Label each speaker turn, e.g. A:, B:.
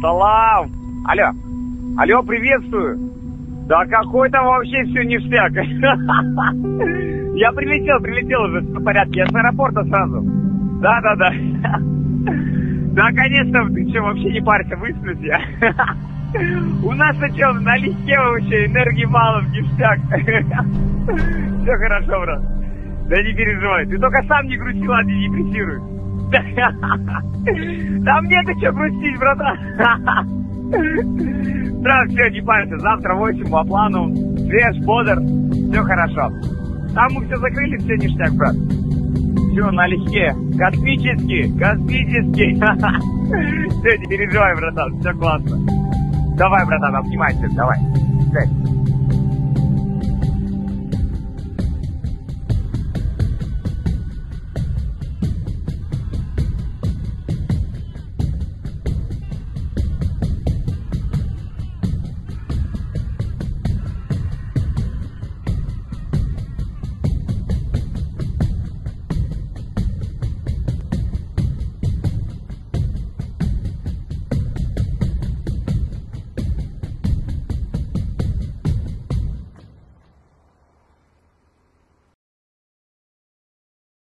A: салам. Алло. Алло, приветствую. Да какой там вообще все ништяк. Я прилетел уже, все в порядке. Я с аэропорта сразу. Да. Да, конечно, ты что, вообще не парься, высплюсь я. У нас-то что, налегке вообще, энергии мало, ништяк. Все хорошо, брат. Да не переживай, ты только сам не грусти, ладно, не депрессируй. Да мне-то что грустить, братан? Да, все, не парься, завтра 8 по плану, свеж, бодр, все хорошо. Там мы все закрыли, все ништяк, брат. Все налегке, космический. Все, не переживай, братан, все классно. Давай, братан, обнимайся, давай.